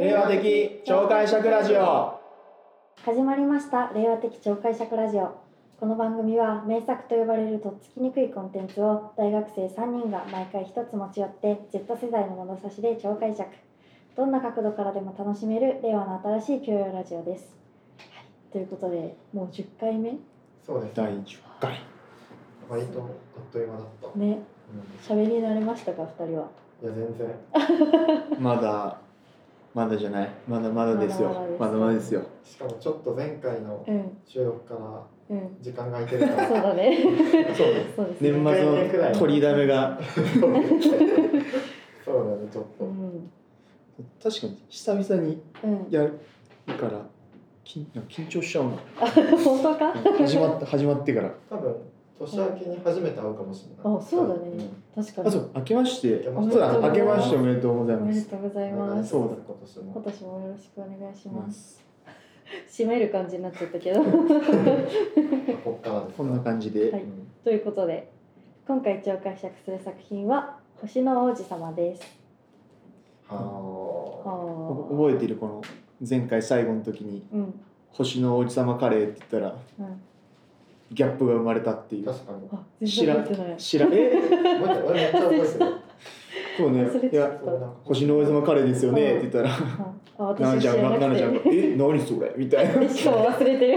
令和的超解釈ラジオ。 始まりました令和的超解釈ラジオ。この番組は名作と呼ばれるとっつきにくいコンテンツを大学生3人が毎回一つ持ち寄って Z 世代の物差しで超解釈、どんな角度からでも楽しめる令和の新しい教養ラジオです、はい、ということでもう10回目。 そうです、 第10回。 割とあっという間だったね。喋り慣れましたか2人は。 いや全然まだじゃない、まだですよ。まだですよ。 しかもちょっと前回の収録から時間が空いてるから、 そうだねそうですね。年末の取りだめがそうだね、ちょっと、 確かに久々にやるから緊張しちゃうな。 本当か。 始まってから多分年明けに初めて会うかもしれない。 あ、そうだね、確かに。 そう、明けましておめでとうございます。 おめでとうございます。 そうだ、 今年もよろしくお願いします。締める感じになっちゃったけどこっからです。 こんな感じで、 はい、ということで今回超解釈する作品は星の王子様です。 覚えているこの前回最後の時に、星の王子様カレーって言ったら、ギャップが生まれたっていう。 確かに。 知らん。 俺めっちゃ覚えてる。 そうね。いや、星の王子様カレーですよねって言ったら、ななちゃんが何それみたいな。 しかも忘れてる。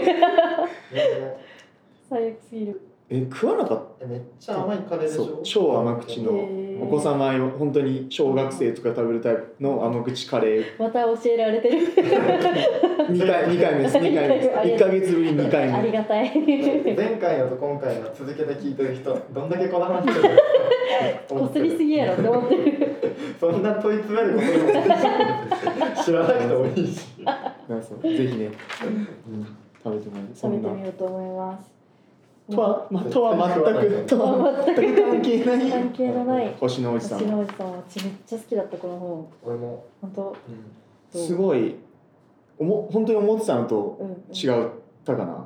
最悪すぎる。 食わなかった。 めっちゃ甘いカレーでしょ。 そう、超甘口のお子様用、本当に小学生とか食べるタイプの甘口カレー。 また教えられてる。 2回目です。1ヶ月ぶり2回目。 ありがたい。 前回のと今回の続けて聞いてる人、どんだけこだわってるのこすりすぎやろって思ってる。 そんな問い詰めることでも知らなくてもいいし。 ぜひね、食べてみようと思います。 とは全く関係のない星の王子様。 星の王子様、めっちゃ好きだったこの本。 俺も本当、 すごい本当に思ってたのと違ったかな。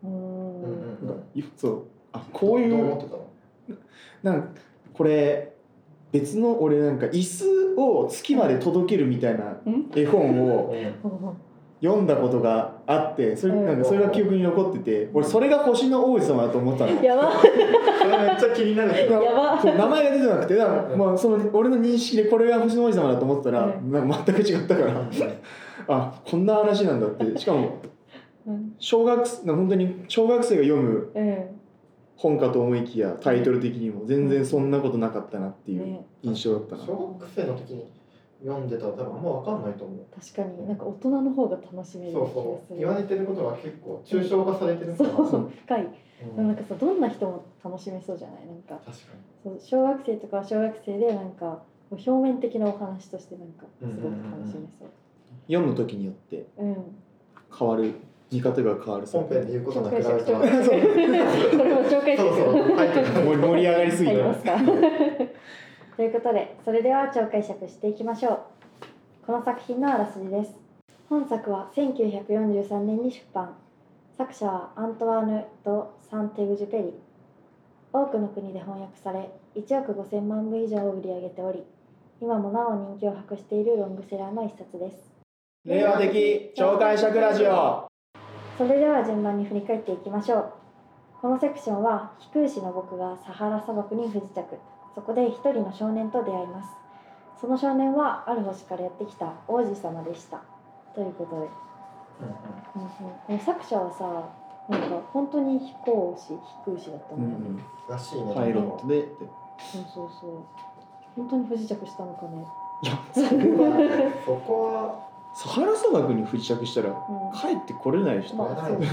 そう、こういうどう思ってたの？ なんかこれ別の俺なんか椅子を月まで届けるみたいな絵本を読んだことがあって、それが記憶に残ってて、俺それが星の王子様だと思ったの。 やば。 それめっちゃ気になる。 やば。 名前が出てなくて、まあその俺の認識でこれが星の王子様だと思ったら、全く違ったから、あ、こんな話なんだって。しかも本当に小学生が読む本かと思いきや、タイトル的にも全然そんなことなかったなっていう印象だったな。 小学生の時に読んでたら多分あんま分かんないと思う。 確かに、なんか大人の方が楽しめる気がする。 そう言われてることが結構抽象化されてるから、 そう深い、なんかさ、どんな人も楽しめそうじゃない。なんか確かに小学生とかは小学生でなんか表面的なお話としてなんかすごく楽しめそう。 読む時によって変わる、見方が変わる。 本編で言うことなくなるから。 これも紹介して盛り上がりすぎた。 ということで、それでは超解釈していきましょう。この作品のあらすじです。本作は1943年に出版。作者はアントワーヌ・ド・サンテグジュペリ。多くの国で翻訳され、1億5000万部以上を売り上げており、今もなお人気を博しているロングセラーの一冊です。 令和的超解釈ラジオ。 それでは順番に振り返っていきましょう。このセクションは飛空士の僕がサハラ砂漠に不時着。そこで一人の少年と出会います。その少年はある星からやってきた王子様でした。ということで、この作者はさ、なんか本当に飛空士だったんだよね。 らしいね。 パイロットで。 そう。本当に不時着したのかね。 いや、 そこはサハラ砂漠に不時着したら帰ってこれない人。 そうか。 まあ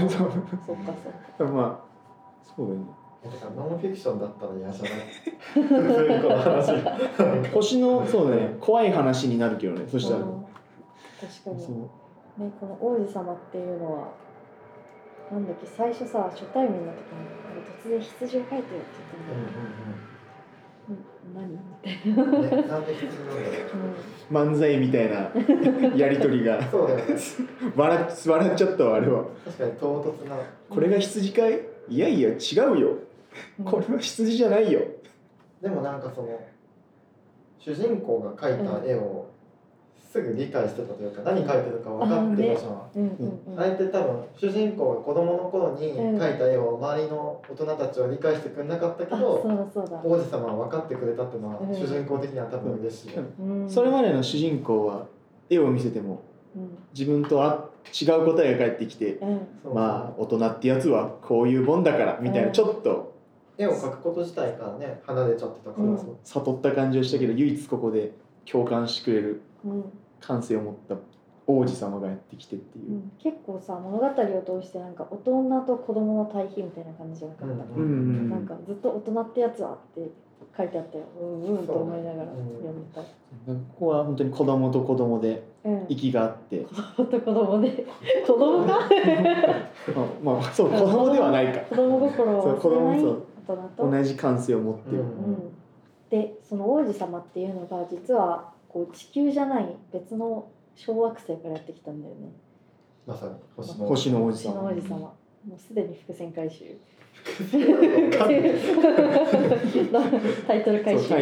そうだよね。 ノンフィクションだったら嫌じゃない。普通にこの話。 星のそうだね、怖い話になるけどね。そしたら。 確かに。ね、この王子様っていうのはなんだっけ、最初さ、初対面の時に突然羊を描いてよって言ったんだよ。何みたいな。 なんで羊なんだろう。 漫才みたいなやりとりがそうだよね。 笑っちゃったわ、あれは。 確かに唐突な。 これが羊かい？いやいや違うよ。これは羊じゃないよ。 でもなんかその主人公が描いた絵をすぐ理解してたというか何書いてるか分かってたじゃん。あれって多分主人公が子供の頃に描いた絵を周りの大人たちは理解してくれなかったけど、王子様は分かってくれたっていうのは主人公的には多分嬉しい。 それまでの主人公は絵を見せても自分と違う答えが返ってきて、まあ大人ってやつはこういうもんだからみたいな、ちょっと絵を描くこと自体からね離れちゃってたから、 悟った感じをしたけど、唯一ここで共感してくれる感性を持った王子様がやってきてっていう、 結構さ物語を通してなんか大人と子供の対比みたいな感じじゃなかった、なんかずっと大人ってやつはって書いてあったよ。と思いながら読んでた。 ここは本当に子供と子供で息があって、 子供と子供で子供がまあそう子供ではないか、 子供心を忘れない大人と同じ感性を持ってる。 でその王子様っていうのが実はこう地球じゃない別の小惑星からやってきたんだよね。 まさに星の王子様。 もうすでに伏線回収。タイトル回収。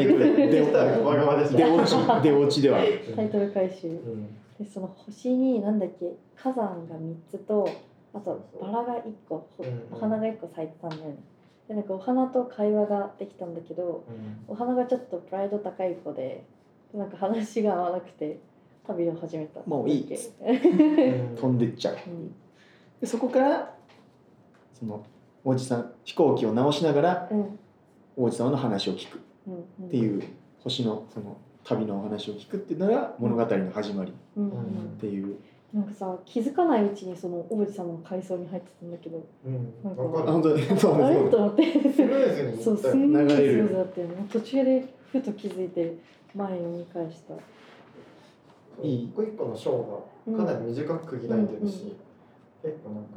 出落ちではある。 タイトル回収。でその星になんだっけ火山が3つとあとバラが1個、お花が1個咲いてたんだよね。でなんかお花と会話ができたんだけど、お花がちょっとプライド高い子でなんか話が合わなくて旅を始めた。 もういいっつって飛んでっちゃう。でそこからその王子さん飛行機を直しながら王子様の話を聞くっていう星のその旅のお話を聞くっていうのが物語の始まりっていう。 なんかさ気づかないうちにその王子様の階層に入ってたんだけど、 なんか本当にそうあれと思ってスムーズにそうスムーズだったよね。途中でふと気づいて前を見返した。 一個一個の章がかなり短く区切られてるし、結構なんか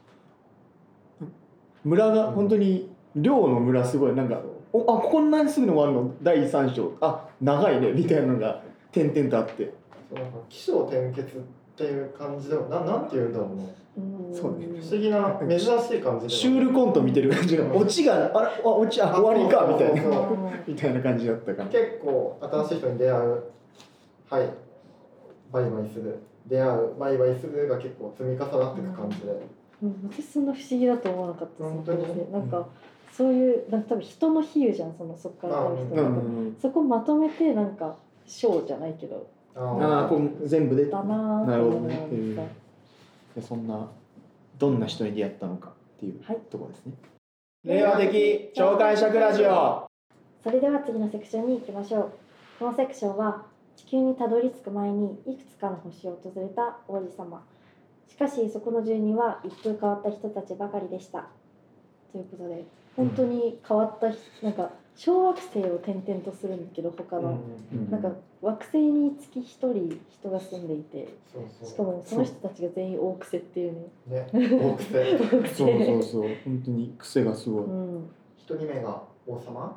村が本当に寮の村すごいなんかこんなにすぐの終わるの第3章長いねみたいなのが点々とあって、 そうなんか起承転結っていう感じでもなんて言うんだろうね。 そうね、 不思議な珍しい感じでシュールコント見てる感じのオチが終わりかみたいなみたいな感じだったから、 結構新しい人に出会う、はいバイバイする、出会うバイバイするが結構積み重なっていく感じで、 私そんな不思議だと思わなかった本当になんかそういうなんか多分人の比喩じゃんそっからの人が、そこまとめてなんか章じゃないけどこう全部でだなるほどねっていう。でそんなどんな人に出会ったのかっていうところですね。令和的超解釈ラジオ。 それでは次のセクションに行きましょう。このセクションは地球にたどり着く前にいくつかの星を訪れた王子様。しかしそこの住人は一風変わった人たちばかりでした。ということで本当に変わったなんか小惑星を転々とするんだけど他の、なんか惑星につき一人人が住んでいて、しかもその人たちが全員大癖っていうね。 大癖。 そう本当に癖がすごい。 一人目が王様。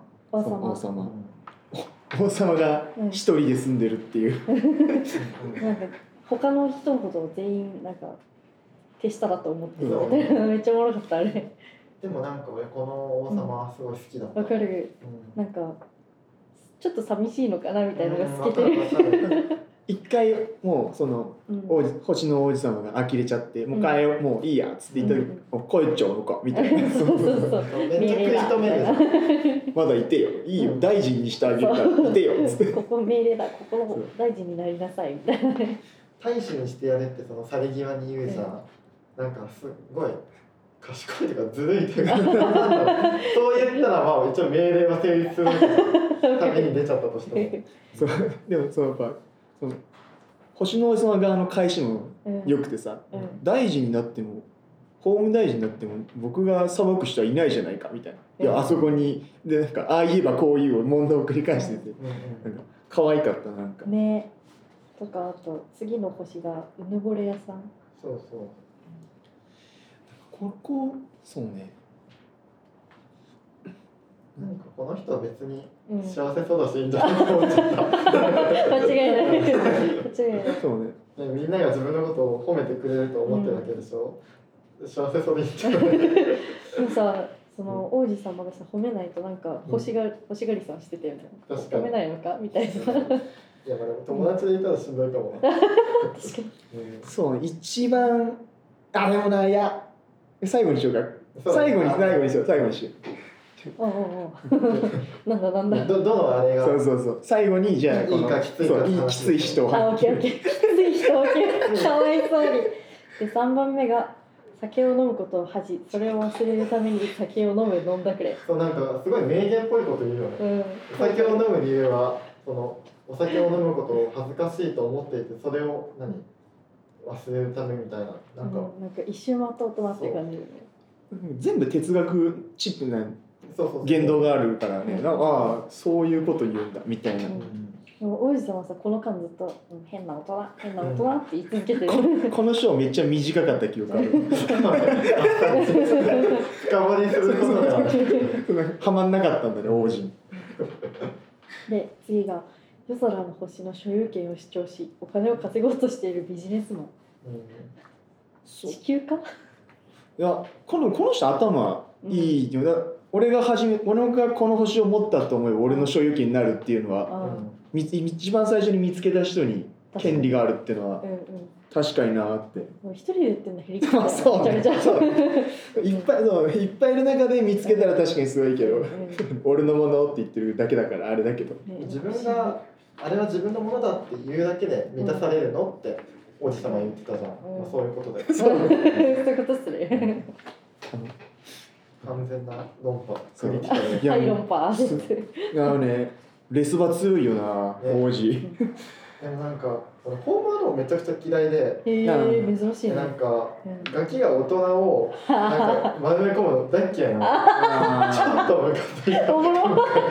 王様が一人で住んでるっていう。 なんか他の人のことを全員なんか手下だと思ってる。めっちゃおもろかったあれ。 でもなんか俺この王様はすごい好きだった。 わかる。なんかちょっと寂しいのかなみたいなのが透けてる。 一回もうその星の王子様が呆れちゃってもう帰ろうもういいやっつって言ったら帰っちゃうのかみたいな。 めっちゃ食い止める。 まだいてよいいよ大臣にしてあげるからいてよっつって。 ここ命令だここの大臣になりなさいみたいな。 大使にしてやれってその去り際に言うじゃん。なんかすごい。賢いというかずるいというかそう言ったらまあ一応命令は成立するために出ちゃったとしてもでもそのやっぱその星の王子様側の返しもよくてさ、大臣になっても法務大臣になっても僕が裁く人はいないじゃないかみたいな、いやあそこにでなんかああ言えばこういう問題を繰り返してて、なんか可愛かったなんかねとかあと次の星がうぬぼれ屋さん。 そうここそうね。 なんかこの人は別に幸せそうだしいいんじゃないかと思っちゃった。 間違いない。 そうね。 みんなが自分のことを褒めてくれると思ってるわけでしょ。幸せそうでいいんじゃない。 でもさ、その王子様がさ褒めないとなんか欲しがりさんしてたよね。褒めないのかみたいな。 いやまあでも友達でいたらしんどいかもな。 確かに。 そう一番あでもないや最後にしようか。最後にしよう。 なんだどのあれがそう最後にじゃあいいかきついかきつい人オッケーきつい人かわいそうに。で3番目が酒を飲むことを恥じそれを忘れるために酒を飲んだくれ。 そうなんかすごい名言っぽいこと言うよね。お酒を飲む理由はそのお酒を飲むことを恥ずかしいと思っていてそれを忘れるためみたいななんか一周回った大人って感じ。 全部哲学チップな言動があるからね。ああそういうこと言うんだみたいな。 でも王子様はさこの間ずっと変な大人って言い続けてる。 この章めっちゃ短かった記憶ある。 深掘りすることがはまんなかったんだね王子。 で次が夜空の星の所有権を主張しお金を稼ごうとしているビジネスマン。地球か？ いやこの人頭いいよ。俺がこの星を持ったと思えば俺の所有権になるっていうのは、一番最初に見つけた人に権利があるっていうのは確かになって。 もう一人で言ってんのヘリコプター。 そうめちゃめちゃいっぱいいる中で見つけたら確かにすごいけど、俺のものって言ってるだけだからあれだけど、 自分があれは自分のものだって言うだけで満たされるのって王子様言ってたじゃん。そういうことで。 そういうことっすね。 完全な論破。 はい論破。 レスバ強いよな王子。 でもなんか俺ホームアローンめちゃくちゃ嫌いで。 珍しいね。 なんかガキが大人をなんか丸め込むの大っ嫌いな。ちょっとムカついた。 おもろ。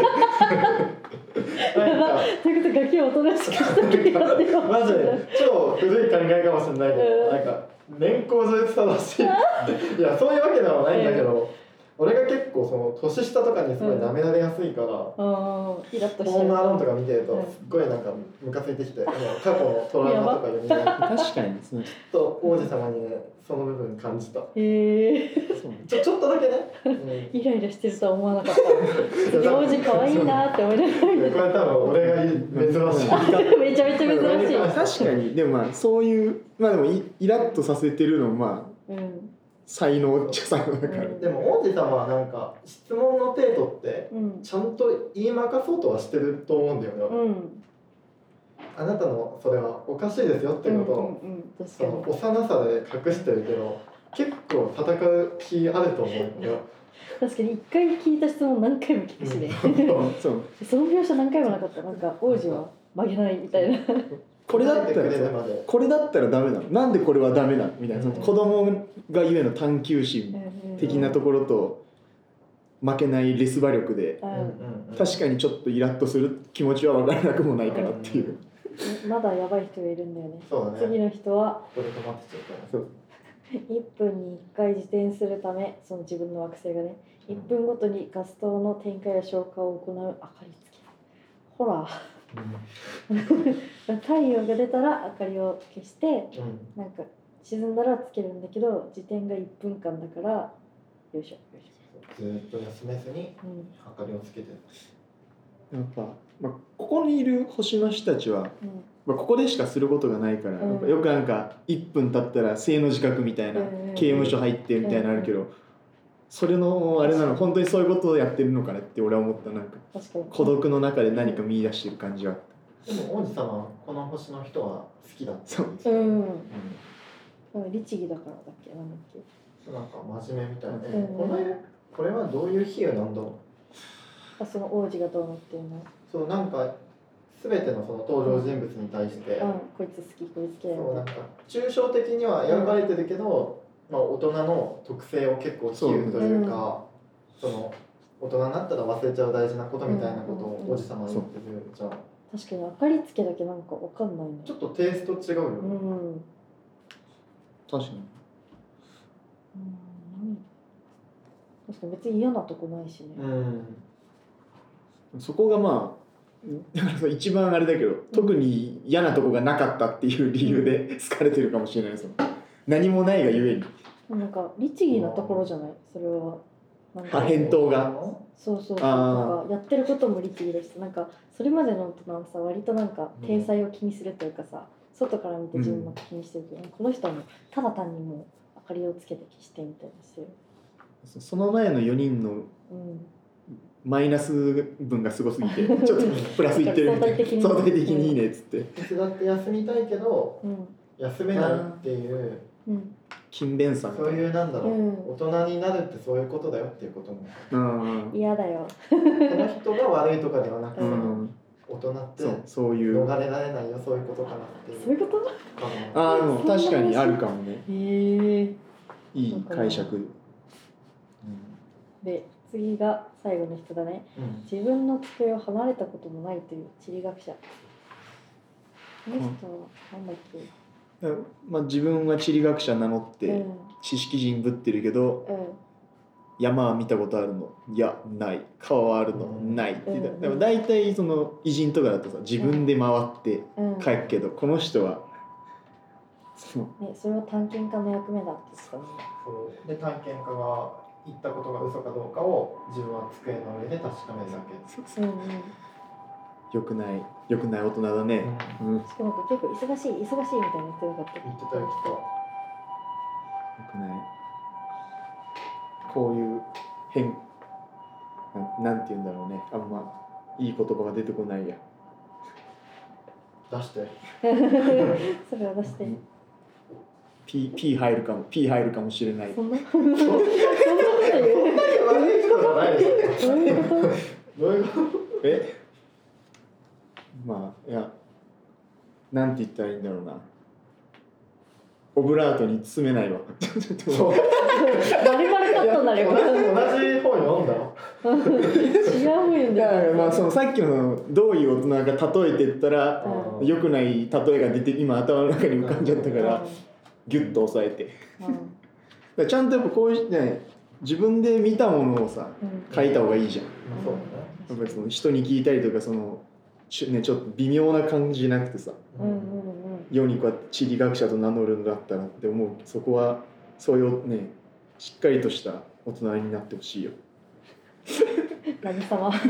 ということでガキは大人しかしてないよ。 マジで超古い考えかもしれないけど、なんか年功序列正しい。いやそういうわけではないんだけど。俺が結構その年下とかにすごい舐められやすいから、 イラッとしてる。 ホームアローンとか見てるとすっごいなんかムカついてきて、過去のトラウマとか読みながら確かにですね。 と王子様にねその部分感じた。ちょっとだけね。 イライラしてるとは思わなかった。王子可愛いなって思いながら。 これ多分俺が珍しい。 めちゃめちゃ珍しい。 確かにでもまあそういうでもイラッとさせてるのまあ。才能だから、 でも王子様はなんか質問の程度ってちゃんと言いまかそうとはしてると思うんだよね、あなたのそれはおかしいですよってことを、その幼さで隠してるけど結構戦う気あると思うよ。 確かに一回聞いた質問何回も聞くしね、その描写何回もなかった。なんか王子は曲げないみたいな。 これだったらダメなの。なんでこれはダメなのみたいな、子供がゆえの探求心的なところと負けないレス馬力で、確かにちょっとイラッとする気持ちは分からなくもないかなっていう。 まだやばい人がいるんだよね。 そうだね。 次の人はこれ止まってちゃった。 1分に1回自転するため、その自分の惑星がね、1分ごとにガス灯の点火や消火を行う明かりつけ。ほら。太陽が出たら明かりを消して、なんか沈んだらつけるんだけど時点が1分間だからよいしょずっと休めずに明かりをつけてる。 やっぱ、ここにいる星の人たちは、ここでしかすることがないから、よくなんか1分経ったら生の自覚みたいな、刑務所入ってみたいなのあるけど、それのあれなの本当にそういうことをやってるのかなって俺は思った。なんか孤独の中で何か見出してる感じは。 でも王子様はこの星の人は好きだって。 律儀だからだっけ、なんだっけ。 なんか真面目みたいで、これはどういう比喩なんだろう。その王子がどうなってるの？ そうなんか全てのその登場人物に対して、 こいつ好きこいつ嫌い。 そうなんか抽象的には描かれてるけど、大人の特性を結構比喩というか、その大人になったら忘れちゃう大事なことみたいなことを王子様は言ってるじゃん。 確かに明かりつけだけなんかわかんないね。 ちょっとテイスト違うよね。 確かに。 確かに別に嫌なとこないしね。 そこがまあ一番あれだけど、特に嫌なとこがなかったっていう理由で好かれてるかもしれないです。何もないがゆえに。 なんか律儀なところじゃない？それはなんか返答がそうとかやってることも律儀だし、なんかそれまでの大人はさ割となんか体裁を気にするというかさ、外から見て自分も気にしてるけど、この人はもうただ単にもう明かりをつけて消してみたいにしてる。 その前の4人のマイナス分がすごすぎてちょっとプラスいってるみたいな、相対的にいいねっつって、 手伝って休みたいけど、休めないっていう勤勉さみたいな、 そういうなんだろう、大人になるってそういうことだよっていうことも嫌だよ。 この人が悪いとかではなく、大人ってそういう逃れられないよ、そういうことかなっていう。 そういうこと？ でも確かにあるかもね。いい解釈。 で次が最後の人だね。自分の机を離れたこともないという地理学者。この人は何だっけ？ まあ、自分は地理学者名乗って知識人ぶってるけど、山は見たことあるの？いやない。川はあるの？ないって言った。でも大体その偉人とかだとさ、自分で回って帰るけど、この人はそれは探検家の役目だって言ってたもんね。 そうで探検家が言ったことが嘘かどうかを自分は机の上で確かめるだけ。 よくない大人だね。 しかも結構忙しいみたいな言ってなかった。 言ってたよきっと。よくない。こういうなんて言うんだろうね。あんまいい言葉が出てこないや。 出して。 それは出して。 P 入るかもしれない。 そんなこと言う？どういうこと？ まあいや、なんて言ったらいいんだろうな。オブラートに包めないわ。 そう。バリバリカットになるよ。 同じ本読んだ。 違う本読んで。 だからまあそのさっきのどういう大人が例えてったら、良くない例えが出て今頭の中に浮かんじゃったから、ギュッと抑えて。ちゃんとやっぱこういうね、自分で見たものをさ、書いた方がいいじゃん。やっぱりその人に聞いたりとかそのね、ちょっと微妙な感じじゃなくてさ、世にこうやって地理学者と名乗るんだったらって思う。そこはそういうね、しっかりとした大人になってほしいよ。 何様？ じ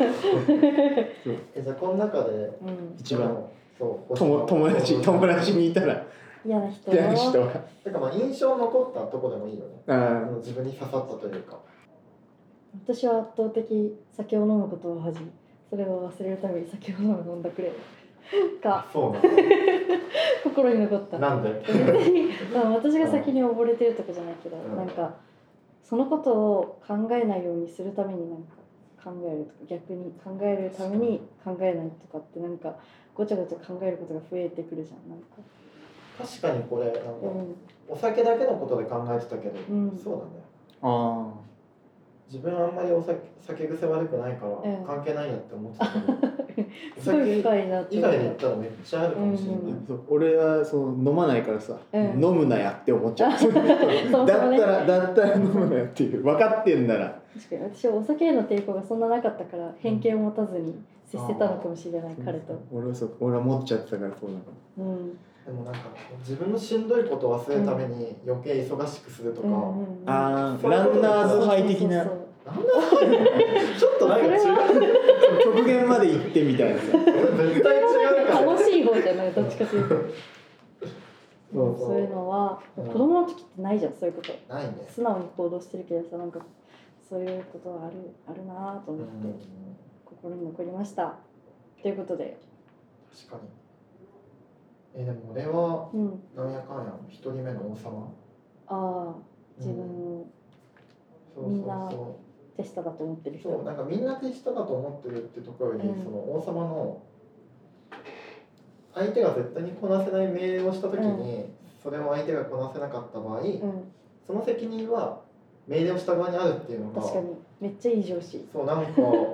ゃあこの中で一番友達にいたら嫌な人はだからまあ印象残ったとこでもいいよね。自分に刺さったというか。 私は圧倒的酒を飲むことを恥じ、それを忘れるために酒を飲んだくれか。 そうなの。 心に残った。 なんで？ 私が先に溺れてるとかじゃないけど、なんかそのことを考えないようにするためになんか考えるとか、逆に考えるために考えないとかってなんかごちゃごちゃ考えることが増えてくるじゃん。なんか確かにこれなんか、お酒だけのことで考えてたけど、そうだね。自分はあんまり酒癖悪くないから関係ないやって思ってたけど、お酒以外で言ったらめっちゃあるかもしれない。 俺はその飲まないからさ、飲むなやって思っちゃう。だったら飲むなやっていう分かってんなら。 確かに私はお酒への抵抗がそんななかったから偏見を持たずに接してたのかもしれない、彼と。 俺は持っちゃってたからそうなの。 でもなんか自分のしんどいことを忘れるために余計忙しくするとか、 ランナーズハイ的な。ちょっとなんか違う。極限まで行ってみたいなさ。絶対違うから。 楽しい方じゃない、どっちかというと。そういうのは子供の時ってないじゃん、そういうこと。 ないね。 素直に行動してるけどさ、なんかそういうことはあるなと思って心に残りました。ということで。 確かに。でも俺はなんやかんや一人目の王様。 自分をみんな手下だと思ってる人。 そうなんかみんな手下だと思ってるってところより、その王様の相手が絶対にこなせない命令をした時に、それを相手がこなせなかった場合、その責任は命令をした側にあるっていうのが。 確かにめっちゃいい上司。 そうなんか、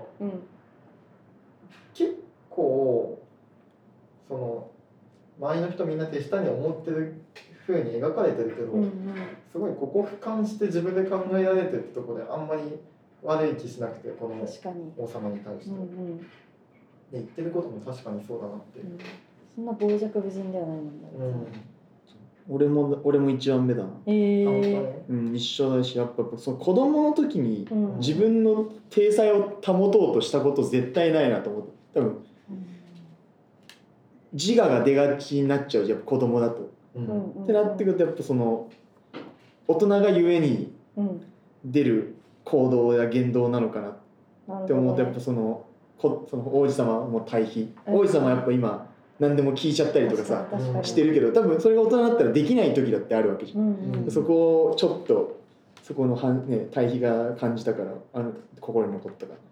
結構その周りの人みんな手下に思ってる風に描かれてるけど、すごいここ俯瞰して自分で考えられてるってところであんまり悪い気しなくて、この王様に対して、で言ってることも確かにそうだなって、 そんな傍若無人ではないもんね。 俺も一番目だな。一緒だし、やっぱその子供の時に自分の体裁を保とうとしたこと絶対ないなと思って、多分自我が出がちになっちゃうじゃん、子供だと。ってなってくるとやっぱその大人がゆえに出る行動や言動なのかなって思うと、やっぱその王子様も対比、王子様はやっぱ今何でも聞いちゃったりとかさしてるけど、多分それが大人になったらできない時だってあるわけじゃん。そこをちょっとそこの対比が感じたから、心に残ったから。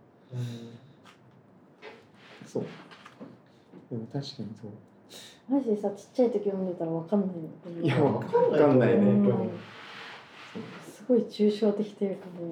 そう。でも確かにそう。 マジでさ、ちっちゃい時読んでたら分かんないよ。 いや、分かんないね。 すごい抽象的というかね。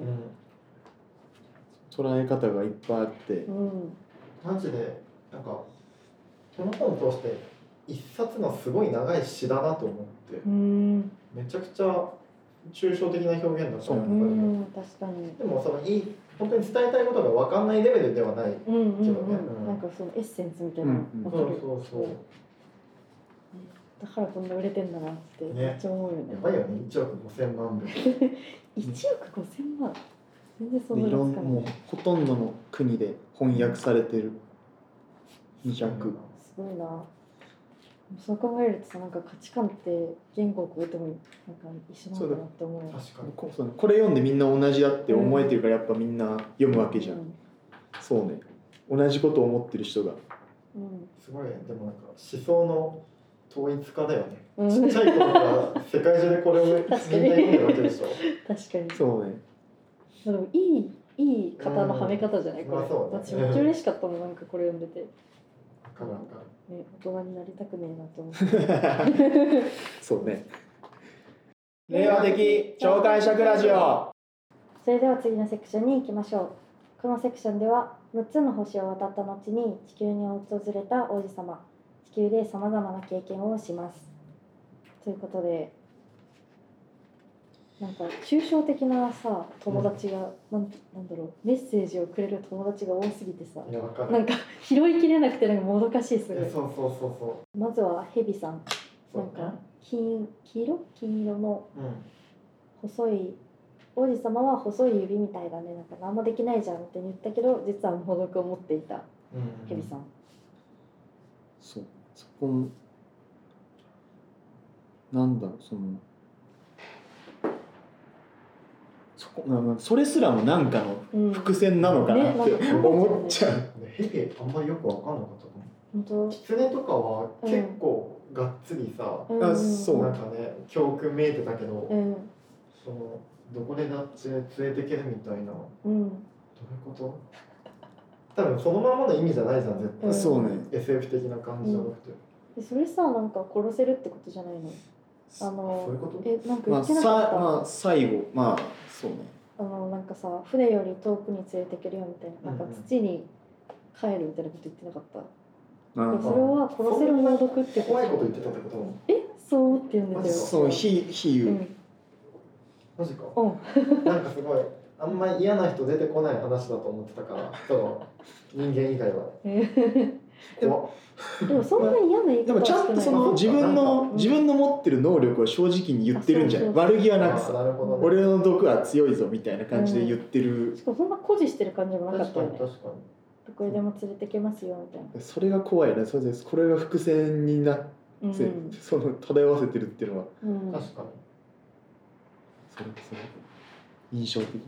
捉え方がいっぱいあって。 マジでなんかこの本を通して一冊のすごい長い詩だなと思って、めちゃくちゃ抽象的な表現だったよね。 確かに。 でも本当に伝えたいことが分かんないレベルではないけどね。 なんかそのエッセンスみたいな。そう。だからこんな売れてんだなってめっちゃ思うよね。 やばいよね、1億5000万部。 1億5000万。全然そんなのつかない。 もうほとんどの国で翻訳されてる。200。 すごいな。そう考えるとさ、なんか価値観って言語を超えてもなんか一緒なんだなって思う。 確かに。 これ読んでみんな同じだって思えてるからやっぱみんな読むわけじゃん。そうね。同じことを思ってる人が。 すごいね。でもなんか思想の統一化だよね。ちっちゃい頃から世界中でこれをみんな読んでるわけでしょ。 確かに。 そうね。 でもいい型のはめ方じゃないこれ。私めっちゃ嬉しかったもん、なんかこれ読んでて。ね、大人になりたくねえなと思って。 そうね。令和的超解釈ラジオ。 それでは次のセクションに行きましょう。このセクションでは6つの星を渡った後に地球に訪れた王子様、地球でさまざまな経験をします。ということで、なんか抽象的なさ友達が、なんだろう、メッセージをくれる友達が多すぎてさ、なんか拾いきれなくてなんかもどかしいする。 そうまずはヘビさん、なんか金色の細い、王子様は細い指みたいだね、なんか何もできないじゃんって言ったけど実は猛毒を持っていたヘビさん。 そこもなんだろう、それすらもなんかの伏線なのかなって思っちゃう。 ヘビあんまりよく分かんなかったかも。キツネとかは結構がっつりさ、なんかね教訓見えてたけど、どこでだって連れてけるみたいな、どういうこと？多分そのままの意味じゃないじゃん絶対。 そうね。 SF 的な感じじゃなくて。 それさ、なんか殺せるってことじゃないの？ そういうこと？ なんか言ってなかった？ 最後そうね。 なんかさ、船より遠くに連れてけるよみたいな、なんか土に帰るみたいなこと言ってなかった？それは殺せる猛毒って怖いこと言ってたってこと？ そうって言うんですよ。 そう、比喩。 マジか。なんかすごいあんまり嫌な人出てこない話だと思ってたから、人間以外は。 でもそんな嫌な言い方はしてない。 でもちゃんとその自分の持ってる能力を正直に言ってるんじゃない？悪気はなくさ、俺の毒は強いぞみたいな感じで言ってる。 しかもそんな誇示してる感じもなかったよね。 確かに。 どこへでも連れてけますよみたいな。 それが怖いね。これが伏線になって、漂わせてるっていうのは。 確かに。 それ印象的。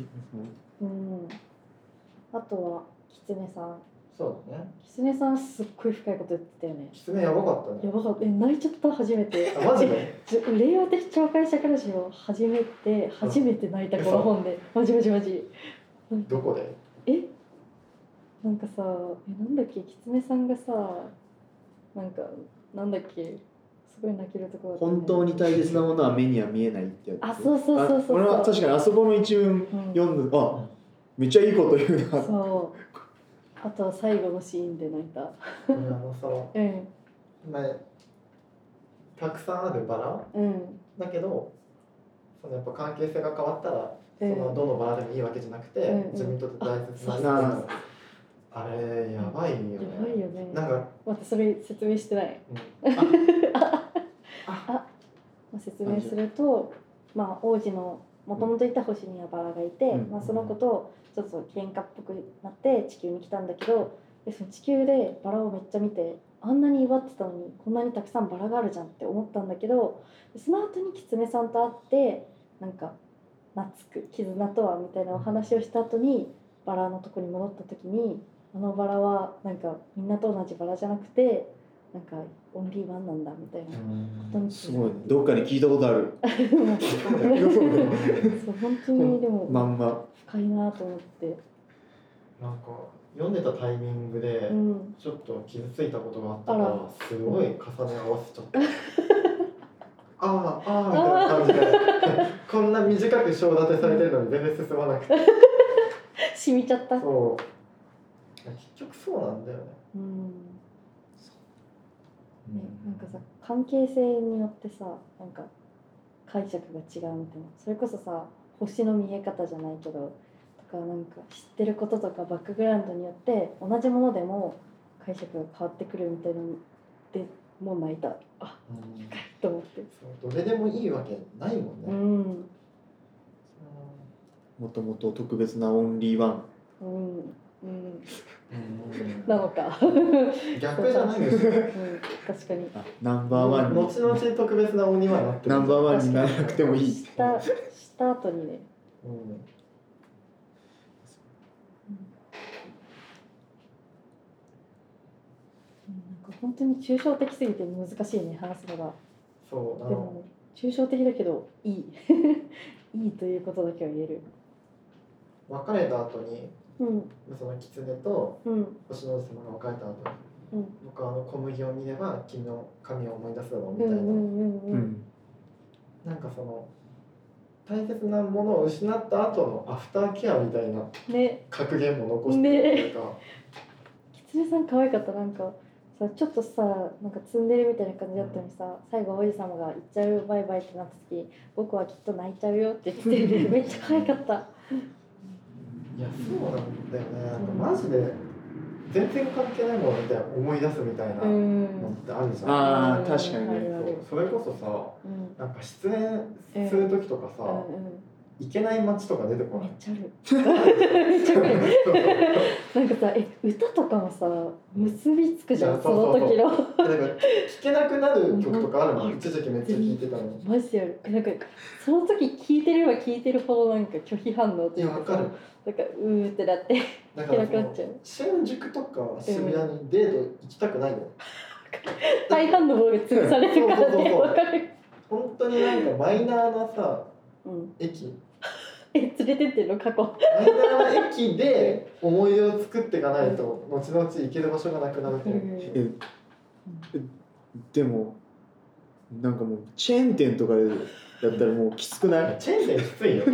あとはキツネさん。 そうだね。 キツネさんすっごい深いこと言ってたよね。 キツネやばかったね。 やばかった。泣いちゃった初めて。 マジで？ 令和的超解釈ラジオ初めて泣いたこの本で。マジ。 どこで？ なんかさ、なんだっけ、キツネさんがさ、なんだっけ、すごい泣けるところだったね。 本当に大切なものは目には見えないってやつ。 そう。 俺は確かにあそこの一文読んで、めっちゃいいこと言うな。 そう。あとは最後のシーンで泣いた。 たくさんあるバラ、だけどやっぱ関係性が変わったら、どのバラでもいいわけじゃなくて、自分にとって大切なあれやばいよね。 やばいよね。 なんか待って、それ説明してない。 説明すると、王子のもともといた星にはバラがいて、その子とちょっと喧嘩っぽくなって地球に来たんだけど、その地球でバラをめっちゃ見て、あんなに祝ってたのにこんなにたくさんバラがあるじゃんって思ったんだけど、その後に狐さんと会ってなんか懐く絆とはみたいなお話をした後にバラのとこに戻った時に、あのバラはなんかみんなと同じバラじゃなくてなんかオンリーワンなんだみたいなことにすごい、どっかに聞いたことあるそう本当にでもまんま深いなと思って、 なんか読んでたタイミングでちょっと傷ついたことがあったから、すごい重ね合わせちゃったああみたいな感じでこんな短く章立てされてるのに全然進まなくて染みちゃった。 そう結局そうなんだよね。 なんかさ、関係性によってさ、なんか解釈が違うみたいな、それこそさ星の見え方じゃないけどとか、なんか知ってることとかバックグラウンドによって同じものでも解釈が変わってくるみたいなのでもう泣いた。深いと思って。 そうどれでもいいわけないもんね。 もともと特別なオンリーワンなのか逆じゃないですよ、 確かにナンバーワンに後々特別な鬼はなってる。 ナンバーワンにならなくてもいいした後にね、なんか本当に抽象的すぎて難しいね、話すのが。 そうでも抽象的だけどいいいいということだけは言える。 別れた後に、その狐と星の王子様が別れた後に、僕は小麦を見れば君の神を思い出すだろうみたいな、なんかその大切なものを失った後のアフターケアみたいな格言も残してるというか、 狐さん可愛かった。なんかさ、ちょっとさ、なんかツンデレみたいな感じだったのにさ、最後王子様が行っちゃうよバイバイってなった時、僕はきっと泣いちゃうよって言っててめっちゃ可愛かった。 いやそうなんだよね。なんかマジで全然関係ないものみたいな思い出すみたいなのってあるじゃん。 ああ確かにね。 それこそさ、なんか失恋する時とかさ、行けない街とか出てこない？ めっちゃある。めっちゃある。なんかさ、歌とかもさ結びつくじゃん、その時の。 なんか聴けなくなる曲とかあるの？一時期めっちゃ聴いてたの。 マジである。なんかその時聴いてれば聴いてるほどなんか拒否反応というか。 わかる。 なんかうーってなってだから新宿とか渋谷にデート行きたくないよ。 大半のものが潰されるからね。わかる。 本当になんかマイナーなさ、駅。 連れてってるの過去。 マイナーな駅で思い出を作っていかないと後々行ける場所がなくなる。 でもなんかもうチェーン店とかでやったらもうきつくない？ チェーン店きついよ。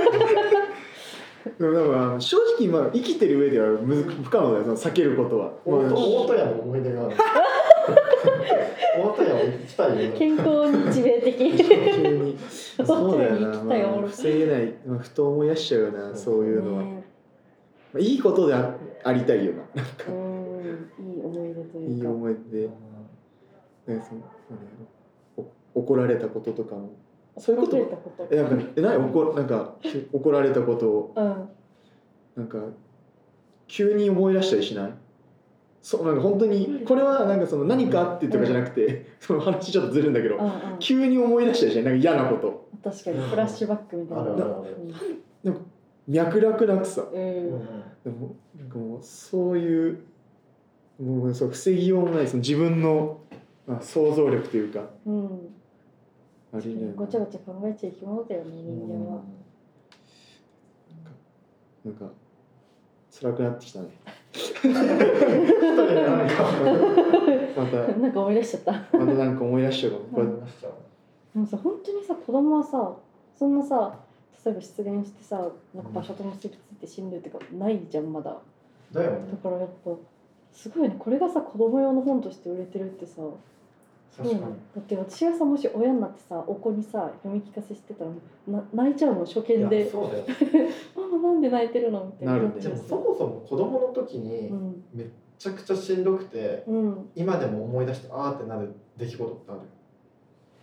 でも正直今生きてる上では不可能だよ、その避けることは。 大戸屋の思い出がある。大戸屋は行きたいよ。 健康に致命的。 そうだよな、防げない、ふと思い出しちゃうよな、そういうのは。いいことでありたいよな。なんかいい思い出というか。 いい思い出で、怒られたこととかも。そういうことなんか怒られたことを、なんか急に思い出したりしない？なんか本当にこれはなんかその何かあってとかじゃなくて、その話ちょっとずるんだけど、急に思い出したりしない？なんか嫌なこと。 確かにフラッシュバックみたいな。 なんか脈絡なくさ。でもなんかもうそういう防ぎようもないその自分の想像力というか。 ごちゃごちゃ考えちゃいけないんだよね、人間は。 なんか辛くなってきたね。 なんか思い出しちゃった。 またなんか思い出しちゃうかも。 でもさ、本当にさ、子供はさ、そんなさ、例えば失恋してさ、なんか場所と結びついて死んでるってかないじゃん、まだ。 だよね。 だからやっぱすごいね、これがさ子供用の本として売れてるってさ。だって私がさ、もし親になってさ、お子にさ読み聞かせしてたら泣いちゃうの、初見で。 そうだよ。 ママなんで泣いてるのみたいな。 でもそもそも子供の時にめっちゃくちゃしんどくて、今でも思い出してあーってなる出来事ってある？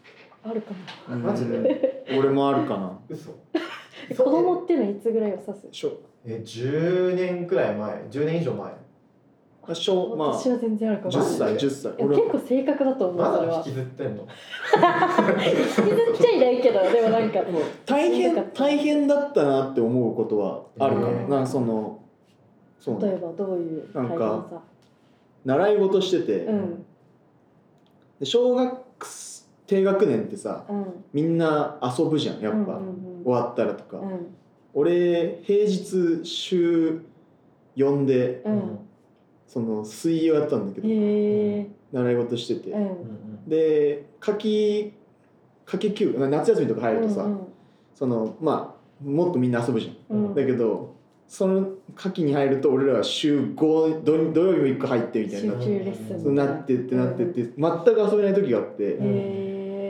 あるかな。マジで俺もあるかな。 嘘。 子供っていうのはいつぐらいを指す ？10年くらい前、10年以上前。 私は全然あるかも。 10歳。 結構正確だと思う。 まだ引きずってんの？ 引きずっちゃいないけど、でもなんか大変だったなって思うことはあるかも。なんかそう例えばどういう大変さ？ 習い事してて、で小学低学年ってさ、みんな遊ぶじゃんやっぱ、終わったらとか、俺平日週4で、その水泳をやったんだけど、習い事してて、で夏季休夏休みとか入るとさ、そのまあもっとみんな遊ぶじゃん、だけどその夏季に入ると俺らは週5土曜日も1個入ってみたいな集中レッスンなって全く遊べない時があって、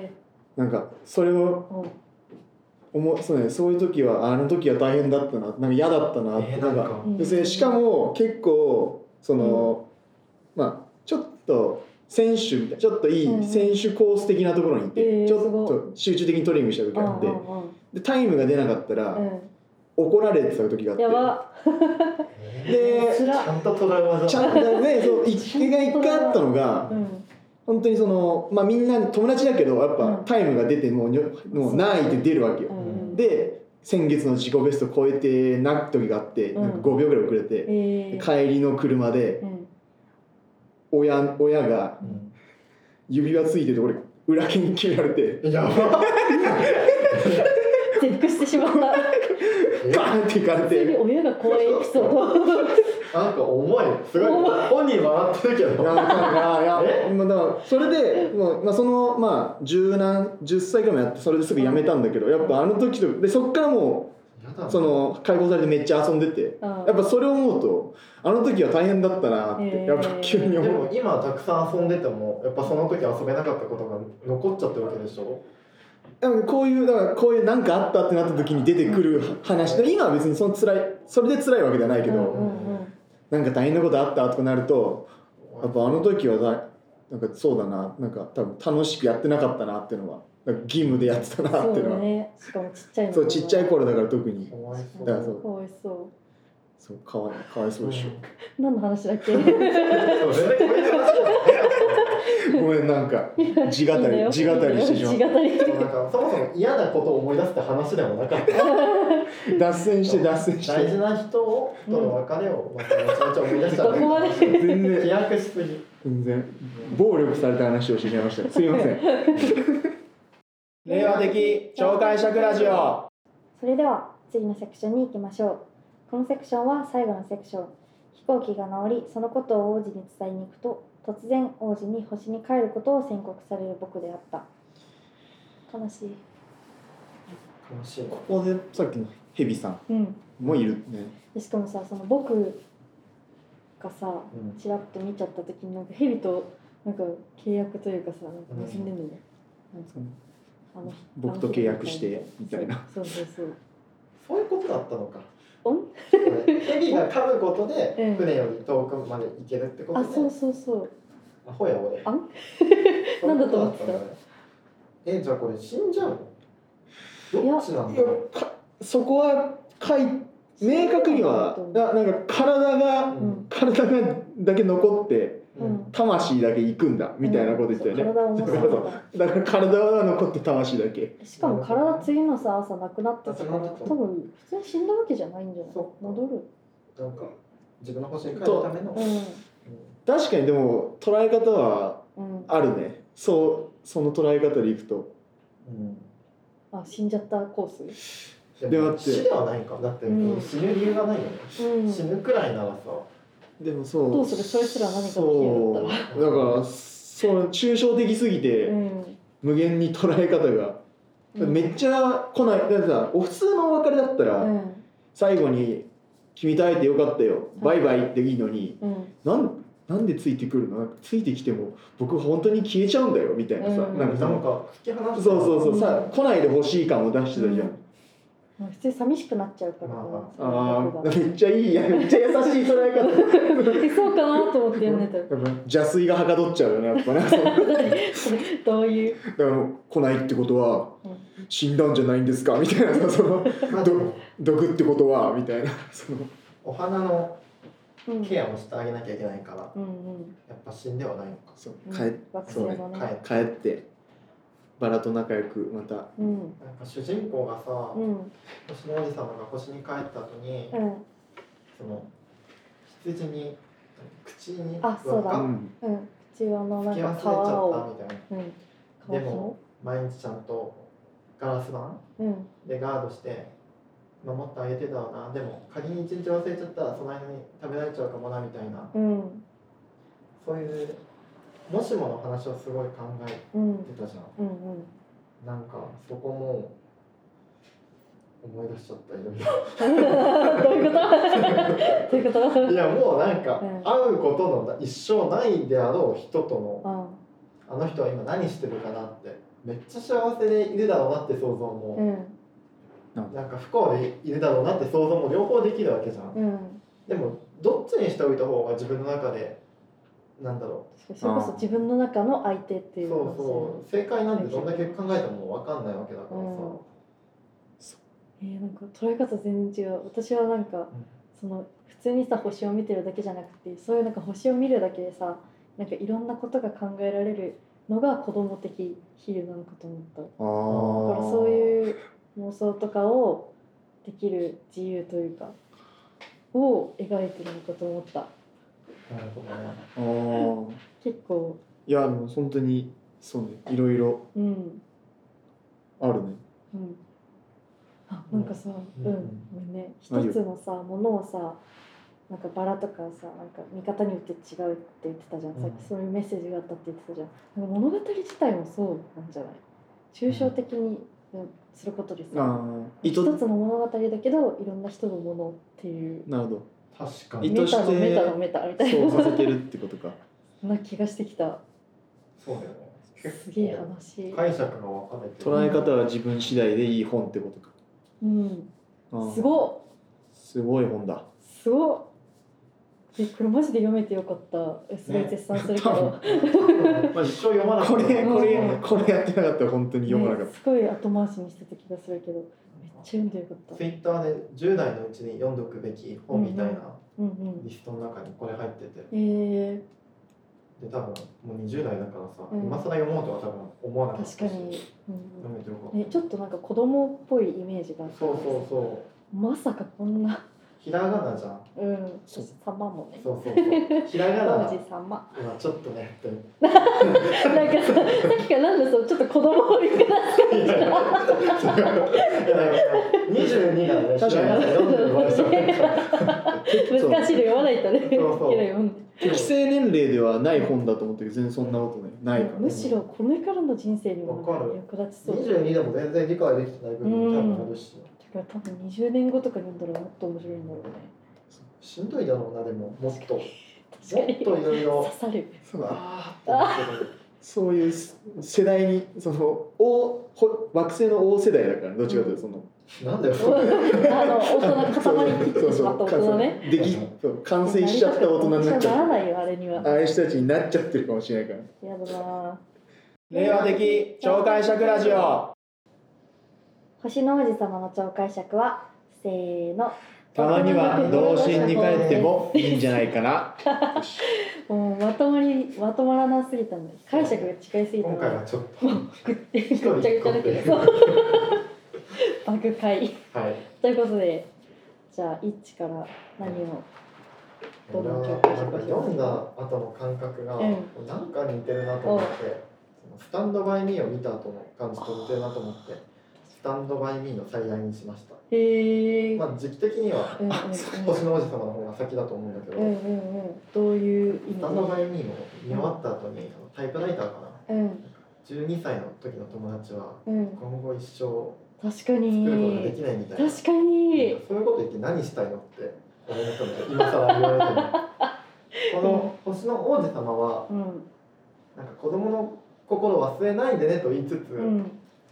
なんかそれをそういう時はあの時は大変だったな、なんか嫌だったなって、なんかしかも結構その、まあちょっと選手みたいなちょっといい選手コース的なところにいて、ちょっと集中的にトレーニングした時があって、でタイムが出なかったら怒られてた時があって、 やばでちゃんとトラウマだ。 ちゃんとね、一回あったのが、本当にそのまあみんな友達だけどやっぱタイムが出てもうないって出るわけよ。で先月の自己ベスト超えてない時があって、なんか5秒ぐらい遅れて、帰りの車で、親が指輪ついてて俺裏毛に決められて、 やば絶句してしまった。 バーンっていかれて、 親が怖いエピソード。 なんか重い、すごい本人笑ってるけど、 だからそれでそのまあ10歳ぐらいもやって、それですぐやめたんだけど、やっぱあの時とでそっからもうその解放されてめっちゃ遊んでて、やっぱそれを思うとあの時は大変だったなってやっぱ急に思う。 でも今たくさん遊んでてもやっぱその時遊べなかったことが残っちゃってるわけでしょ。 こういう何かあったってなった時に出てくる話で、今は別にそれで辛いわけじゃないけど、なんか大変なことあったとかなると、やっぱあの時はなんかそうだな、なんか多分楽しくやってなかったなっていうのは、なんか義務でやってたなっていうのは。 そうね、しかもちっちゃいの。 そうちっちゃい頃だから特に。 かわいそう。 だからかわいそう。 そうかわいそうでしょ。 何の話だっけ？ ごめん、なんか地語りしてしまう。 なんかそもそも嫌なことを思い出すって話でもなかった。 脱線して大事な人との別れを後々思い出したら、 全然飛躍しすぎ。 全然暴力された話をしてしまいました。すいません。令和的超解釈ラジオ。 それでは次のセクションに行きましょう。このセクションは最後のセクション。飛行機が治り、そのことを王子に伝えに行くと、突然王子に星に帰ることを宣告される僕であった。悲しい。 ここでさっきのヘビさんもいるね。 しかもさ、その僕がさ、ちらっと見ちゃった時になんかヘビとなんか契約というかさ、なんか結んでんのね。 僕と契約してみたいな。 そうそういうことだったのか。ヘビが噛むことで船より遠くまで行けるってことで。 そう。 アホや俺。 なんだと思ってた。じゃあこれ死んじゃうの？どっちなんだろう。 そこは明確にはなんか体がだけ残って、魂だけ行くんだみたいなこと言ったよね。だから体は残って魂だけ。 しかも体次のさ朝なくなったから、多分普通に死んだわけじゃないんじゃない？戻る。 なんか自分の星に帰るための。 確かにでも捉え方はあるね。その捉え方でいくと。 死んじゃったコース。 でも死ではないか。だって死ぬ理由がないよね。死ぬくらいならさ。 でもそう。 どうする？それすら何かの理由だったら。 だから抽象的すぎて、無限に捉え方が、めっちゃ来ない。だってさ、普通のお別れだったら、最後に君と会えてよかったよ、バイバイっていいのに、なんでついてくるの？ついてきても僕本当に消えちゃうんだよみたいなさ、なんか引き離す。 そうさ、来ないでほしい感を出してたじゃん。 普通寂しくなっちゃうから、 めっちゃいいめっちゃ優しい捉え方そうかなと思って読んでた。 邪推がはかどっちゃうよねやっぱねどういうだから来ないってことは死んだんじゃないんですかみたいなその毒ってことはみたいなそのお花のケアもしてあげなきゃいけないから、やっぱ死んではないのか。 そう帰ってバラと仲良くまた、 なんか主人公がさ、星の王子様が星に帰った後に、その羊に口にそうだ、口輪のなんか皮をみたいな、でも毎日ちゃんとガラス板でガードして守ってあげてたわな。でも仮に一日忘れちゃったらその間に食べられちゃうかもなみたいな、そういうもしもの話をすごい考えてたじゃん。なんかそこも思い出しちゃったよ。 どういうこといやもうなんか、会うことの一生ないであろう人との、あの人は今何してるかなってめっちゃ幸せでいるだろうなって想像も、なんか不幸でいるだろうなって想像も両方できるわけじゃん。でもどっちにしておいた方が自分の中でなんだろう、それこそ自分の中の相手っていうか、 そう正解なんてどんだけ考えても分かんないわけだからさ、 なんか捉え方全然違う。私はなんか、その普通にさ星を見てるだけじゃなくて、そういうなんか星を見るだけでさ、なんかいろんなことが考えられるのが子供的比喩なのかと思った。だからそういう妄想とかをできる自由というかを描いてるのかと思った。 なるほどね。 結構いやでも本当にそうね、いろいろあるね。 なんかさ、ごめんね、一つのさものをさ、なんかバラとかさ、なんか見方によって違うって言ってたじゃん。さっきそういうメッセージがあったって言ってたじゃん。なんか物語自体もそうなんじゃない？抽象的にすることでさ、一つの物語だけどいろんな人のものっていう。 なるほど。 確かに。 意図してメタみたいな。 そうさせてるってことか。 な気がしてきた。 そうだよね。 すげえ話。 解釈が分かれてる。 捉え方は自分次第でいい本ってことか。 すごっ。 すごい本だ。 すごっ。これマジで読めてよかった。すごい絶賛するけど。 一生読まなかった。 これやってなかったら本当に読まなかった。 すごい後回しにしてた気がするけど、めっちゃ読んでよかった。 ツイッターで10代のうちに読んどくべき本みたいなリストの中にこれ入ってて。で多分もう20代だからさ、今更読もうとは多分思わなかったし。 確かに。 読めてよかった。 ちょっとなんか子供っぽいイメージがあった。 そう。 まさかこんな。 ひらがなじゃん。 さまもね。 そう。ひらがな。 王子様。 今ちょっとね。 なんかさっきからなんでそうちょっと子供を見下す感じ。 22がね、確かに読んでる場合じゃないから。 難しいで読まないとね。 適正年齢ではない本だと思ったけど全然そんなことないから。 むしろこれからの人生にも役立ちそう。 22でも全然理解できてない部分も多分あるし。 多分20年後とかに読んだらもっと面白いんだろうね。 しんどいだろうな、でももっといろいろ刺さる。 そういう世代にその惑星の大世代だから、どっちかというとそのなんだよ。 大人塊に切ってしまった大人ね。 完成しちゃった大人になっちゃう。 ならないよあれには。 ああいう人たちになっちゃってるかもしれないから。 やだな。 令和的超解釈ラジオ。 星の王子様の超解釈はせーの。 たまには童心に帰ってもいいんじゃないかな。 もうまとまらなすぎたんで、解釈が近いすぎたので。 今回はちょっとぐってぐっちゃぐちゃだけど。バグ回。ということで、じゃあイッチから何をどんな超解釈をしますか。 読んだ後の感覚がなんか似てるなと思って、スタンドバイミーを見た後の感じと似てるなと思って。スタンドバイミーの最大にしました。まあ時期的には星の王子様の方が先だと思うんだけど、 どういう意味？ スタンドバイミーを見終わった後にタイプライターかな。12歳の時の友達は今後一生作ることができないみたいな。 確かに。 そういうこと言って何したいのって思ったので、今更言われても。この星の王子様はなんか子供の心を忘れないでねと言いつつ。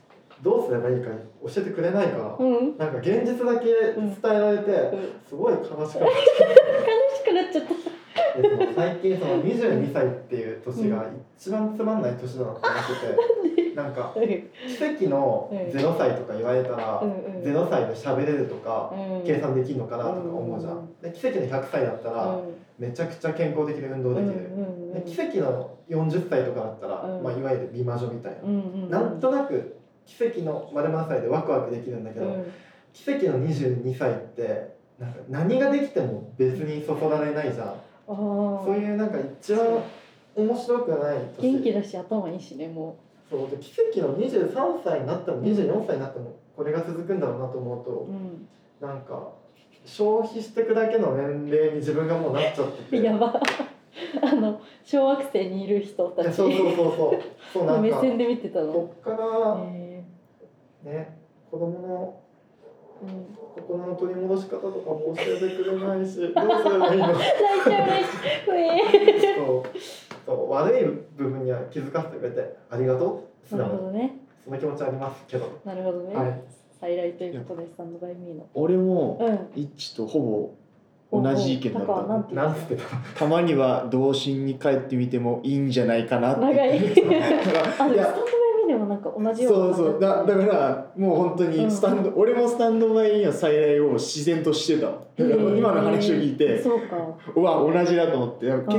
どうすればいいか教えてくれないから、なんか現実だけ伝えられて、すごい悲しくなっちゃった。 悲しくなっちゃった。 最近その22歳っていう年が一番つまんない年だなと思ってて、なんか奇跡の0歳とか言われたら0歳で喋れるとか計算できるのかなとか思うじゃん。で奇跡の100歳だったらめちゃくちゃ健康的で運動できる。で奇跡の40歳とかだったら、まあ、いわゆる美魔女みたいな、なんとなく奇跡の〇〇歳でワクワクできるんだけど、奇跡の22歳ってなんか何ができても別にそそられないじゃん。そういうなんか一番面白くない年。元気だし頭いいしね、もう。そうで奇跡の23歳になっても24歳になってもこれが続くんだろうなと思うと、なんか消費していくだけの年齢に自分がもうなっちゃってて。 やば。小惑星にいる人たち。 そうなんか目線で見てたの。 こっからね、子供の心の取り戻し方とかも教えてくれないし、どうすればいいの？泣いちゃう。そう悪い部分には気づかせてくれてありがとう。 なるほどね。 その気持ちありますけど。 なるほどね。はい。再来ということでスタンドバイミーの。 俺もイッチとほぼ同じ意見だった。 なんつってた。 たまには童心に帰ってみてもいいんじゃないかなって。 長い。スタンドバイミーでもなんか同じような。 そうだからもう本当に俺もスタンドバイミーの再来を自然としてた。だから今の話を聞いて、 そうか。 うわ同じだと思って、やっぱ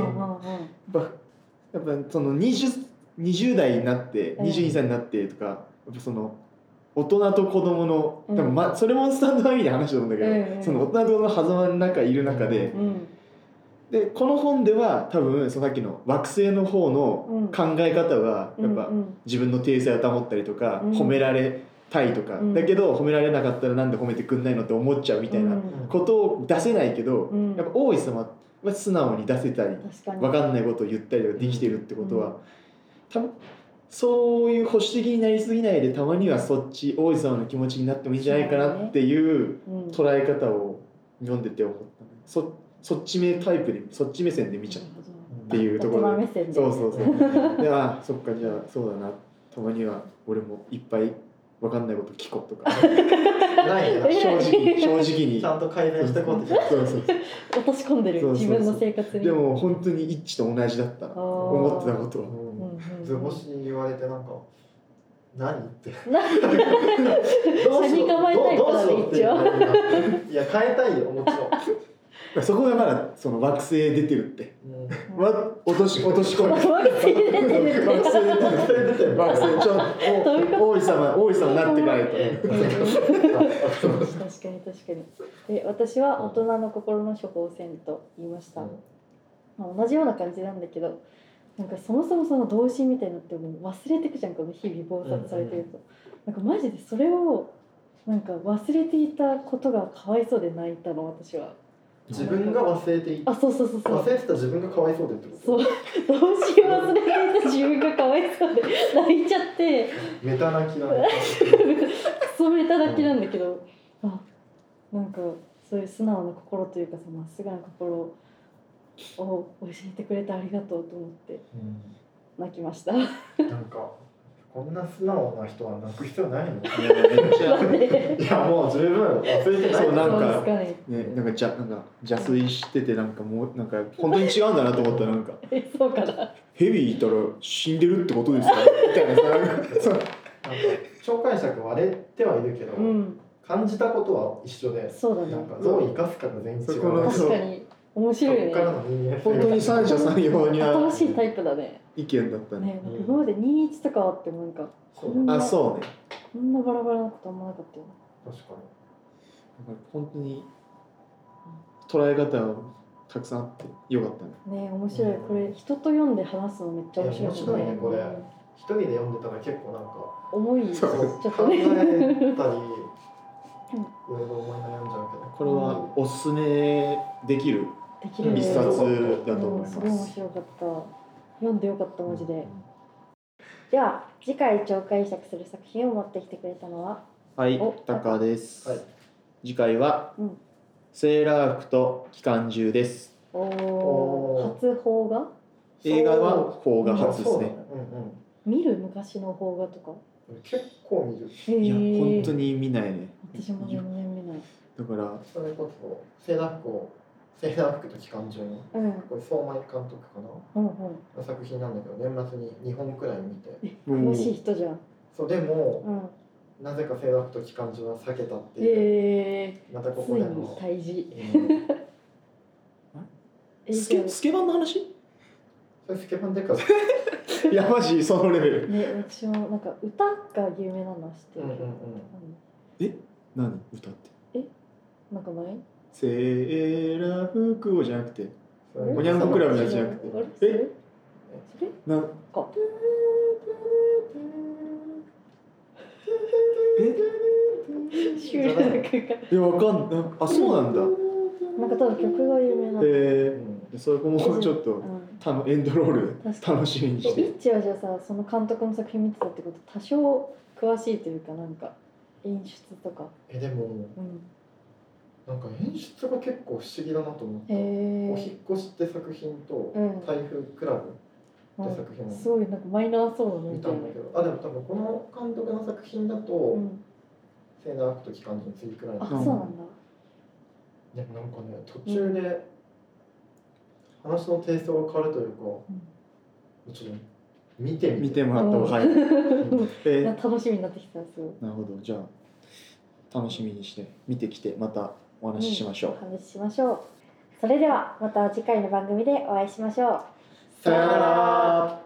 その20代になって22歳になってとか、やっぱその大人と子供の多分それもスタンドバイミーで話したと思うんだけど、その大人と子供の狭間の中いる中で、でこの本では多分そのさっきの惑星の方の考え方はやっぱ自分の定性を保ったりとか、褒められたいとか、だけど褒められなかったらなんで褒めてくんないのって思っちゃうみたいなことを出せないけど、やっぱ大石様は素直に出せたり分かんないことを言ったりとかできてるってことは、そういう保守的になりすぎないでたまにはそっち大石様の気持ちになってもいいんじゃないかなっていう捉え方を読んでて思った。そっち目タイプでそっち目線で見ちゃうっていうところで、そうでそっかじゃあそうだな、たまには俺もいっぱい分かんないこと聞こうとかない正直にちゃんと改善していこうって落とし込んでる自分の生活に。 でも本当に一致と同じだったな、思ってたことは。 図星言われてなんか何ってどうしよう構えたいからね一応。 いや変えたいよもちろん。 そこがまだその惑星出てるって、落とし込んで惑星出てる惑星ちょ大井様になってかないと。 確かに。で私は大人の心の処方箋と言いました。同じような感じなんだけど、なんかそもそもその童心みたいになってもう忘れてくじゃん、この日々忙殺されてると。なんかマジでそれをなんか忘れていたことがかわいそうで泣いたの、私は。 自分が忘れていた。 そう忘れてた自分がかわいそうでってこと。 そう、童心忘れていた自分がかわいそうで泣いちゃって。 メタ泣きだね。 そうメタ泣きなんだけど、なんかそういう素直な心というかさ、まっすぐな心を教えてくれてありがとうと思って泣きました。 なんかこんな素直な人は泣く必要ないの？いやもう十分忘れてない。 そうなんか邪推しててなんかもうなんか本当に違うんだなと思った。なんかそうかな。 ヘビいたら死んでるってことですかみたいなさ、なんか紹介者割れてはいるけど、感じたことは一緒で、 そうだね。 なんかどう生かすかが全然違う。 確かに面白いね。 本当に三者三様に新しいタイプだね。 意見だったね。 今まで21とかあってもなんかそうね。 こんなバラバラなことあんまなかったよ。 確かに。本当に捉え方はたくさんあってよかったね。 ね、面白い。これ人と読んで話すのめっちゃ面白い。 面白いねこれ。一人で読んでたら結構なんか重い。ちょっとね。考えたり。いろいろ思い悩んじゃうけど。 これはおすすめできる一冊だと思います。 すごい面白かった。読んでよかったマジで。では次回超解釈する作品を持ってきてくれたのは、 タカです。次回はセーラー服と機関銃です。 初邦画？ 映画は邦画初ですね。 見る昔の邦画とか？ 結構見る。 いや本当に見ないね。 私も全然見ない。 だからそれこそセーラー服と機関銃の、これ相馬監督かな、の作品なんだけど、年末に2本くらい見て。 詳しい人じゃん。 そうでも、なぜかセーラー服と機関銃は避けたっていう。またここでの退治。 スケバンの話？ それスケバンでか。 いやマジそのレベル。 ね、私もなんか歌が有名なのは知ってる。 何歌って？ なんかない？ セーラー服をじゃなくて、おにゃんこクラブのやつじゃなくて、 それ？ なんか。 シュールな曲が。 わかんない。あ、そうなんだ。 なんか多分曲が有名なの。 それもうちょっとエンドロール楽しみにして。 イッチはじゃあさ、その監督の作品見てたってこと多少詳しいというか、なんか演出とか。 でも、なんか演出が結構不思議だなと思った。お引っ越しって作品と台風クラブって作品をすごいなんかマイナーそうな見たんだけど、でも多分この監督の作品だとセーラー服と機関銃の次くらい。 あ、そうなんだ。 なんかね、途中で話のテイストが変わるというか、ちょっと見てもらった方がいい。 楽しみになってきた。すごい。 なるほど、じゃあ楽しみにして見てきてまたお話ししましょう。 お話ししましょう。それではまた次回の番組でお会いしましょう。 さよなら。